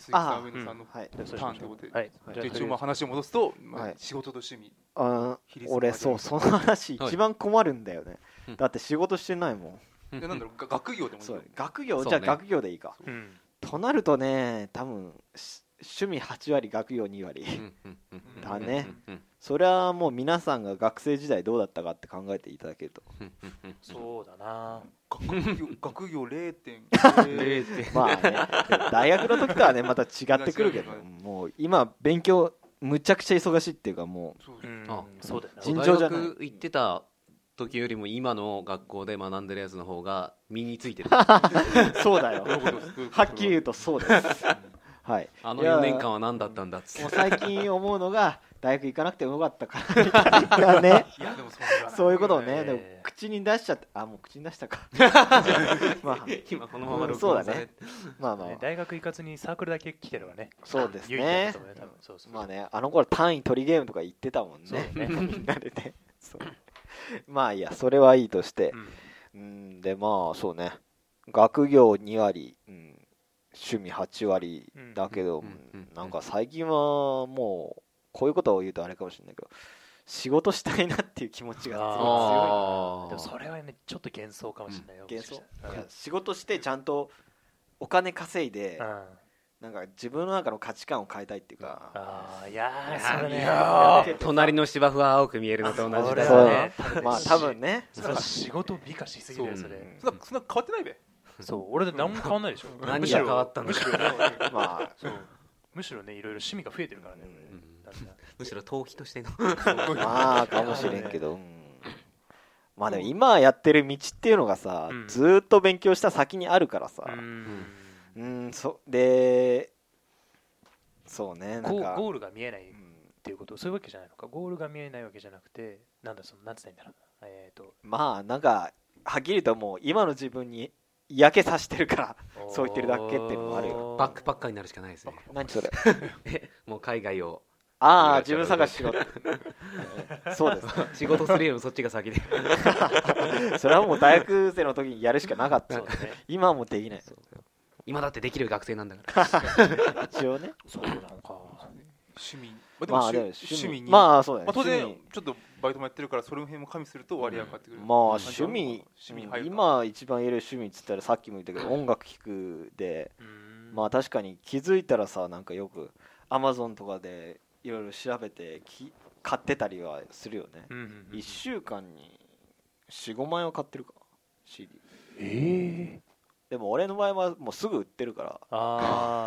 鈴木さん、上野さんのタはい、 ーンということで、 はい、 じゃあ一応話を戻すと、 はい、 仕事と趣味比率俺その話一番困るんだよね、 はい、 だって仕事してないもん。 なんだろう、学業でもいい。 そう学業、 ね、 じゃあ学業でいいか、となるとね、多分趣味8割学業2割だね。それはもう皆さんが学生時代どうだったかって考えていただけるとそうだな、 学業 0.0 まあね、大学の時とはねまた違ってくるけど、もう今勉強むちゃくちゃ忙しいっていうか、もうそうだよね、 尋常じゃない。 大学行ってた時よりも今の学校で学んでるやつの方が身についてるそうだよはっきり言うとそうですはい、 あの4年間は何だったんだっつって。 もう最近思うのが大学行かなくてもよかったからみたいなねいやでもそういうことをね、でも口に出しちゃって、もう口に出したかまあ今このまま録そう音されだね、まあまあ、 大学行かずにサークルだけ来てるわね。 そうですね、まあね、あの頃単位取りゲームとか言ってたもんね、みんなでねまあいいや、それはいいとして、でまあそうね、学業2割、趣味8割だけど、なんか最近はもうこういうことを言うとあれかもしれないけど、仕事したいなっていう気持ちがすごい強い。 でもそれはねちょっと幻想かもしれないよ。 幻想、いや仕事してちゃんとお金稼いで、なんか自分の中の価値観を変えたいっていうか、 いやそれね、 隣の芝生は青く見えるのと同じだよね。 まあ多分ね、 仕事美化しすぎるよそれ。 そんな変わってないべ。 そう俺で何も変わんないでしょ。 何が変わったんだまあむしろねいろいろ趣味が増えてるからね。 むしろ逃避としてのまあかもしれんけど、まあでも今やってる道っていうのがさ、ずっと勉強した先にあるからさ、でそうね、なんかゴールが見えないっていうこと、そういうわけじゃないのか。ゴールが見えないわけじゃなくて、なんだそのなんつったらいいんだろう、 まあなんかはっきり言うともう今の自分に嫌気さしてるからそう言ってるだけっていうのもあるよ。 バックパッカーになるしかないですね。 何それもう海外を自分探ししろそうです仕事するよりそっちが先でそれはもう大学生の時にやるしかなかった、今はもうできない。 今だってできる学生なんだから一応ね。 そうなのか。 趣味、でも趣味にまあそうだね、 当然ちょっとバイトもやってるからその辺も加味すると割合が変わってくる。 まあ趣味今一番言える趣味っつったらさっきも言ったけど音楽聴くで、まあ確かに気づいたらさ、なんかよく Amazon とかでいろいろ調べて買ってたりはするよね。1週間に 4,5 万円は買ってるか CD。でも俺の場合はもうすぐ売ってるから、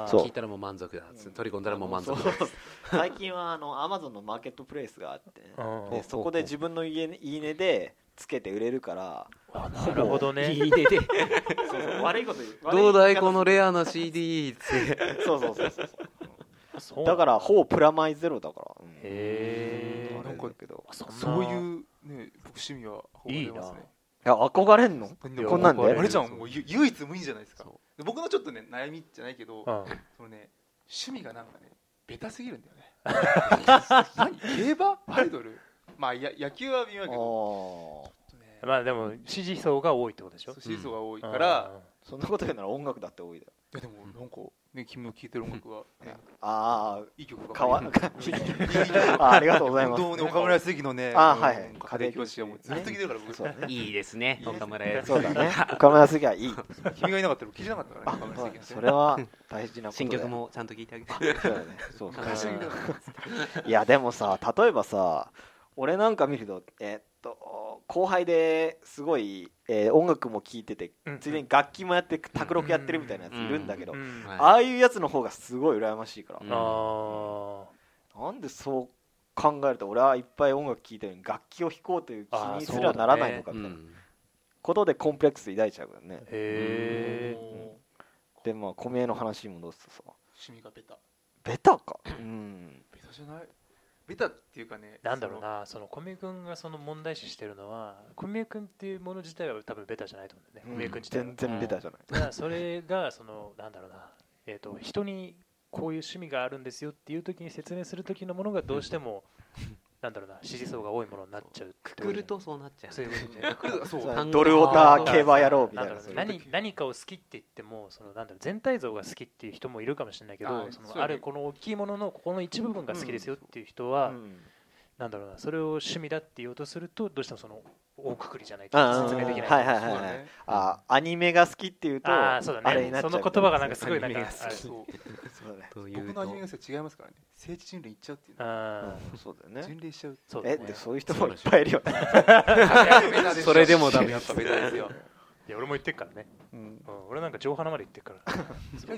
聞いたらもう満足だ、取り込んだらもう満足だ。 最近はAmazon のマーケットプレイスがあって、でそこで自分のいいねでつけて売れるから。 なるほどね。 いいねでそう悪いこと言う、 どうだいこのレアな CD ってそうだからほぼプラマイゼロだから。 なんかそういうね、僕趣味は憧れますね。 いや憧れんの？こんなんであれじゃん、もう唯一無二じゃないですか。僕のちょっとね悩みじゃないけど、そのね趣味がなんかねベタすぎるんだよね。競馬、アイドル、まあ野球は微妙だけど、 まあでも支持層が多いってことでしょ。 支持層が多いから、 そんなこと言うなら音楽だって多いだよ。 いやでもなんかね、君の聴いてる音楽はいい曲がありがとうございます。 岡村康之のね、 家庭教師はもうずっと聴いてるから僕。 いいですね、岡村康之。そうだね、岡村康之はいい。 君がいなかったら聴いてなかったからね、岡村康之。 それは大事なこと。 新曲もちゃんと聴いてあげて。 そうだね、そういやでもさ、例えばさ、俺なんか見ると後輩ですごい音楽も聴いてて、ついでに楽器もやって卓録やってるみたいなやついるんだけど、ああいうやつの方がすごい羨ましいから。なんでそう考えると俺はいっぱい音楽聴いてるのに楽器を弾こうという気にすらならないのかみたいなことでコンプレックス抱いちゃうからね。でまあ小宮の話に戻すとさ、 趣味がベタベタか、 ベタじゃない、ベタっていうかね、 なんだろうな、その小宮君がその問題視してるのは、小宮君っていうもの自体は多分ベタじゃないと思うんだよね。小宮君自体は全然ベタじゃない。 だからそれがそのなんだろうな、人にこういう趣味があるんですよっていう時に説明する時のものがどうしてもなんだろうな支持層が多いものになっちゃうってくくるとそうなっちゃう。 そういうことねそうドルオタ競馬野郎みたいな。 何かを好きって言ってもそのなんだろう全体像が好きっていう人もいるかもしれないけど、あるこの大きいもののここの一部分が好きですよっていう人は、なんだろうなそれを趣味だって言おうとするとどうしてもその大くくりじゃないと説明できない。 はいはいはい。あ、アニメが好きっていうとあれになっちゃう。 その言葉がなんかすごいなんか僕のアニメが違いますからね。聖地巡礼行っちゃうっていう。 そうだよね。 巡礼しちゃう。 でそういう人もいっぱいいるよね。 それでもダメ。 やっぱベタですよ。 いや俺も言ってるからね。俺なんか上花まで行ってるから。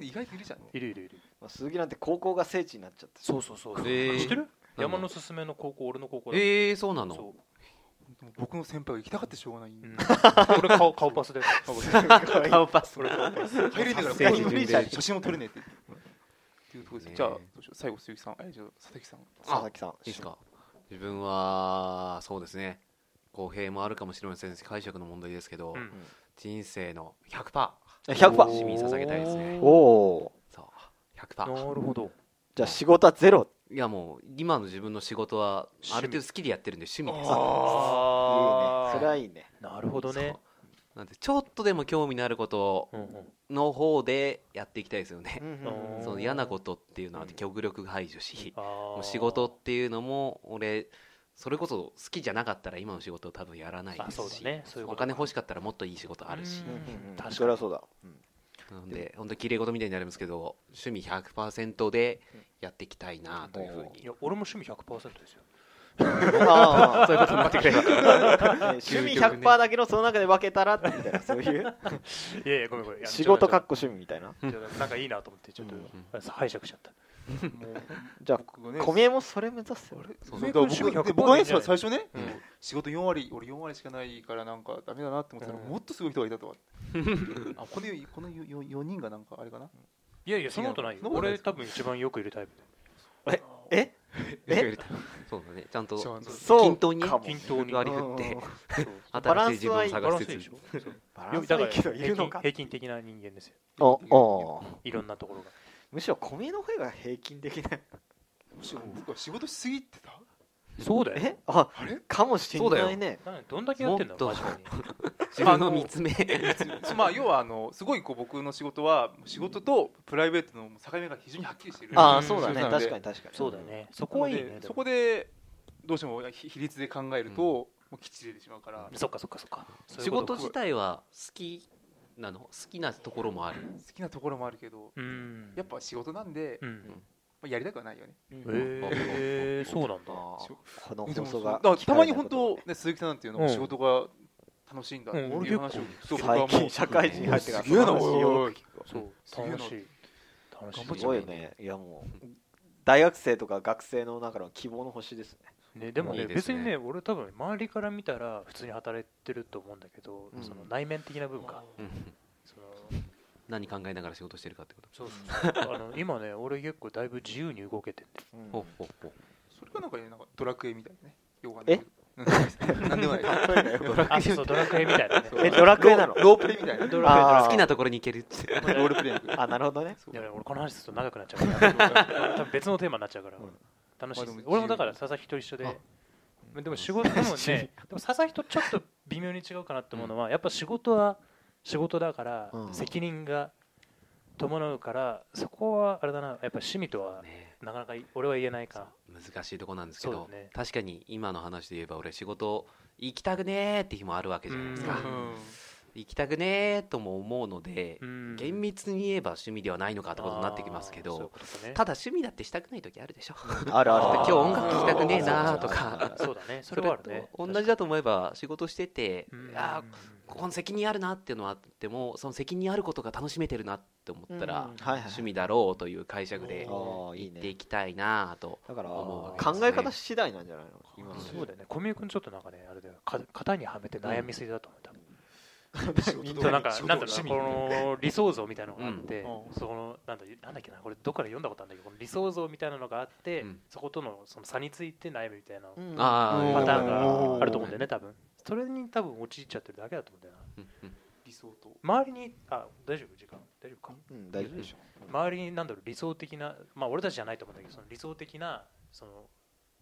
意外といるじゃん。 いる。 鈴木なんて高校が聖地になっちゃって。 そう。知ってる？山のすすめの高校俺の高校だ。 そうなの。 僕の先輩が行きたかってしょうがない。 俺顔パスで。 顔パス。 入れねえから写真も撮れねえっていうところです。じゃあ最後鈴木さん、じゃあ佐々木さん。 佐々木さん。 いいですか。自分はそうですね。公平もあるかもしれませんし解釈の問題ですけど、人生の 100% 趣味に捧げたいですね。 おお。 そう 100%。 なるほど。 じゃあ仕事はゼロ。 いやもう今の自分の仕事はある程度好きでやってるんで趣味です。 いいね。それはいいね。 なるほどね。 なんでちょっとでも興味のあることの方でやっていきたいですよね。その嫌なことっていうのは極力排除し、もう仕事っていうのも俺それこそ好きじゃなかったら今の仕事を多分やらないですし、お金欲しかったらもっといい仕事あるし。 確かにそうだ。 なので本当綺麗事みたいになりますけど趣味 100% でやっていきたいなというふうに。 いや俺も趣味 100% ですよ。 そういうことになってくれる。 趣味 100% だけどその中で分けたらみたいなそういう。 いやごめん仕事かっこ趣味みたいな。 なんかいいなと思ってちょっと拝借しちゃった。 じゃあ小宮もそれ目指すよ。 僕はね最初ね仕事4割俺4割しかないからなんかダメだなって思ったらもっとすごい人がいたとは。この4人がなんかあれかな。 いやそんなことないよ。俺多分一番よくいるタイプで。 そうだねちゃんと均等に割り振って新しい自分を探しつつ。 だから平均的な人間ですよ。いろんなところが。 むしろ小宮の方が平均的な。 むしろ僕は仕事しすぎてた。 そうだよ。 あれかもしれないね。 どんだけやってんの真面目に。 自分の見つめ。 まあ要はすごい僕の仕事は仕事とプライベートの境目が非常にはっきりしている。 そうだね確かに。 そうだね。そこはいいね。 そこでどうしても比率で考えるともうきっちり出てしまうから。 そっか。 仕事自体は好きなの？好きなところもある。 好きなところもあるけどやっぱ仕事なんでやりたくはないよね。 そうなんだ。 この放送がたまに本当ね鈴木さんなんていうの仕事が楽しいんだっていう話を最近社会人入ってからすげえな。 そう楽しい。 すごいよね。いやもう大学生とか学生の中の希望の星ですね。でもね別にね俺多分周りから見たら普通に働いてると思うんだけどその内面的な部分か。 何考えながら仕事してるかってこと。 そう今ね俺結構だいぶ自由に動けてんで。 それがなんかドラクエみたいなね。なんでもない。 ドラクエみたいなね。 ドラクエなの？ ロープレイみたいな。 好きなところに行けるって。 ロールプレイ。 なるほどね。 いや俺この話すると長くなっちゃうから多分別のテーマになっちゃうから楽しいです。俺もだから佐々木と一緒ででも仕事もねでも佐々木とちょっと微妙に違うかなって思うのはやっぱ仕事は仕事だから責任が伴うからそこはあれだなやっぱ趣味とはなかなか俺は言えないか難しいところなんですけど確かに今の話で言えば俺仕事行きたくねーって日もあるわけじゃないですか。行きたくねーとも思うので厳密に言えば趣味ではないのかってことになってきますけどただ趣味だってしたくない時あるでしょ。 ある今日音楽聴きたくねえなーとかそうだねそれはあるね。 同じだと思えば仕事しててここの責任あるなっていうのはあってもその責任あることが楽しめてるなって思ったら趣味だろうという解釈で行っていきたいなとだから考え方次第なんじゃないの今の。 そうだよね。小宮君ちょっとなんかねあれだよ型にはめて悩みすぎだと思った。なんかこの理想像みたいなのがあってそのなんだっけなこれどっかで読んだことあるんだけどこの理想像みたいなのがあってそことのその差について悩むみたいなパターンがあると思うんだよね多分。それに多分陥っちゃってるだけだと思うんだよな。 理想と周りに大丈夫時間大丈夫か。 大丈夫でしょ。 周りになんだろう理想的な俺たちじゃないと思うんだけどその理想的なその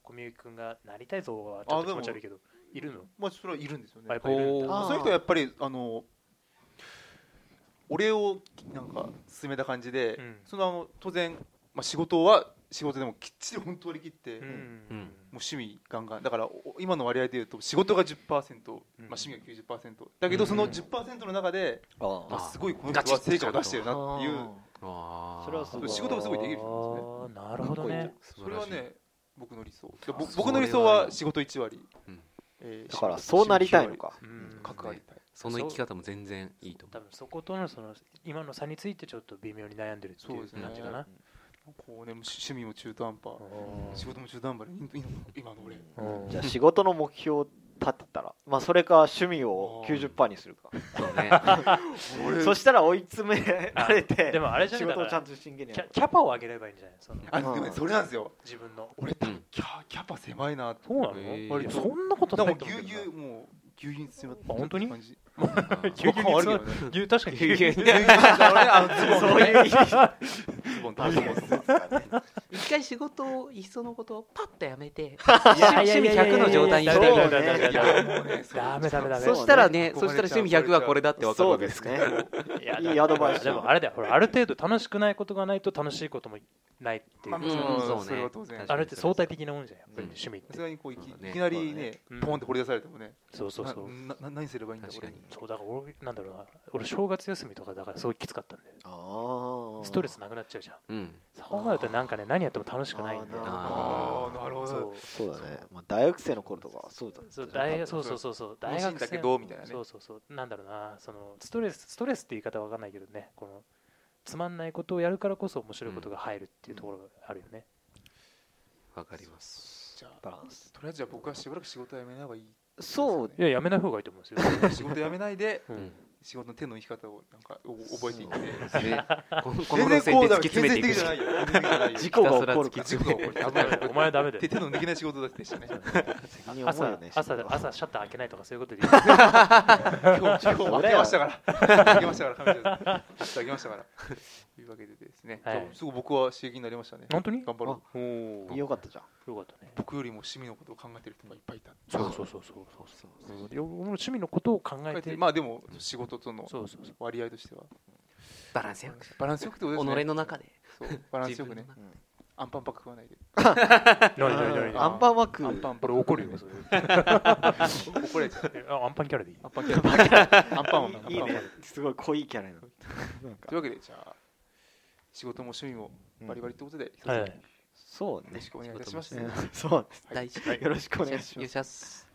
小宮君がなりたいぞはちょっと気持ち悪いけどいるの？ まあそれはいるんですよね。 やっぱいるんだ。 そういう人はやっぱり俺をなんか進めた感じで、その当然、まあ、仕事は仕事でもきっちり本当割り切って、もう趣味ガンガンだから今の割合でいうと仕事が 10%、まあ、趣味が 90% だけどその 10% の中で、すごいこの人は成果を出してるなっていう、 それはすごい仕事がすごいできる人ですね。 なるほどね。 それはね僕の理想。僕の理想は仕事1割、 だからそうなりたいのか。 関わりたい。 その生き方も全然いいと思う。 多分そことのその今の差についてちょっと微妙に悩んでるっていう感じかな。 こうね、趣味も中途半端、仕事も中途半端で今の俺。 じゃあ仕事の目標を立てたら、まあそれか趣味を 90% にするか。 そうね。 そしたら追い詰められて、 でもあれじゃ仕事をちゃんと真剣にやる。 キャパを上げればいいんじゃない？ でもそれなんですよ。 自分の。 俺キャパ狭いな。 そうなの？そんなことないと思う。 ぎゅうぎゅうに詰まって本当に？ ぎゅうぎゅうぎゅうに詰まって確かにぎゅうぎゅうにそういうズボン一回仕事をいっそのことをパッとやめて趣味 100の状態にしてダメそしたら趣味100はこれだって分かるわけですね。 いいアドバイス。 でもあれだよ、ほらある程度楽しくないことがないと楽しいこともないっていう。あれって相対的なもんじゃんやっぱり趣味って。 さすがにこういきなりねポンって掘り出されてもね。 そうそうそう。 何すればいいんだ俺。 そうだから俺なんだろうな、俺正月休みとかだからすごいきつかったんだよ。ストレスなくなっちゃうじゃん。そうなるとなんかね何やっても楽しくないんだよ。 なるほど。 そうだね。まあ大学生の頃とかそうだ。 そう大学だけどみたいなね。 そうなんだろうな、そのストレスって言い方わかんないけどね、このつまんないことをやるからこそ面白いことが入るっていうところがあるよね。 わかります。 じゃあバランス。とりあえず僕はしばらく仕事を辞めない方がいい。 そういややめない方がいいと思うんですよ。 仕事辞めないで仕事の手の生き方をなんか覚えていってこの路線で突き詰めていく。 事故が起こる。 お前はダメだよ。 手のできない仕事でしたね。 朝シャッター開けないとかそういうことで。 今日開けましたから開けましたからというわけでですね、すごい僕は刺激になりましたね。 本当に頑張ろう。よかったじゃん。 よかったね。 僕よりも趣味のことを考えてる人がいっぱいいた。 そう趣味のことを考えて、 まあでも仕事との割合としてはバランスよくってことですね。 己の中でバランスよくね。アンパンパク食わないで。 アンパンマック。 これ怒るよ。 怒れちゃう。 アンパンキャラでいい。 アンパンいいね。すごい濃いキャラの。というわけでじゃあ仕事も趣味もバリバリってことで。 そうね。 よろしくお願いいたします。 そう。 大事。 よろしくお願いします。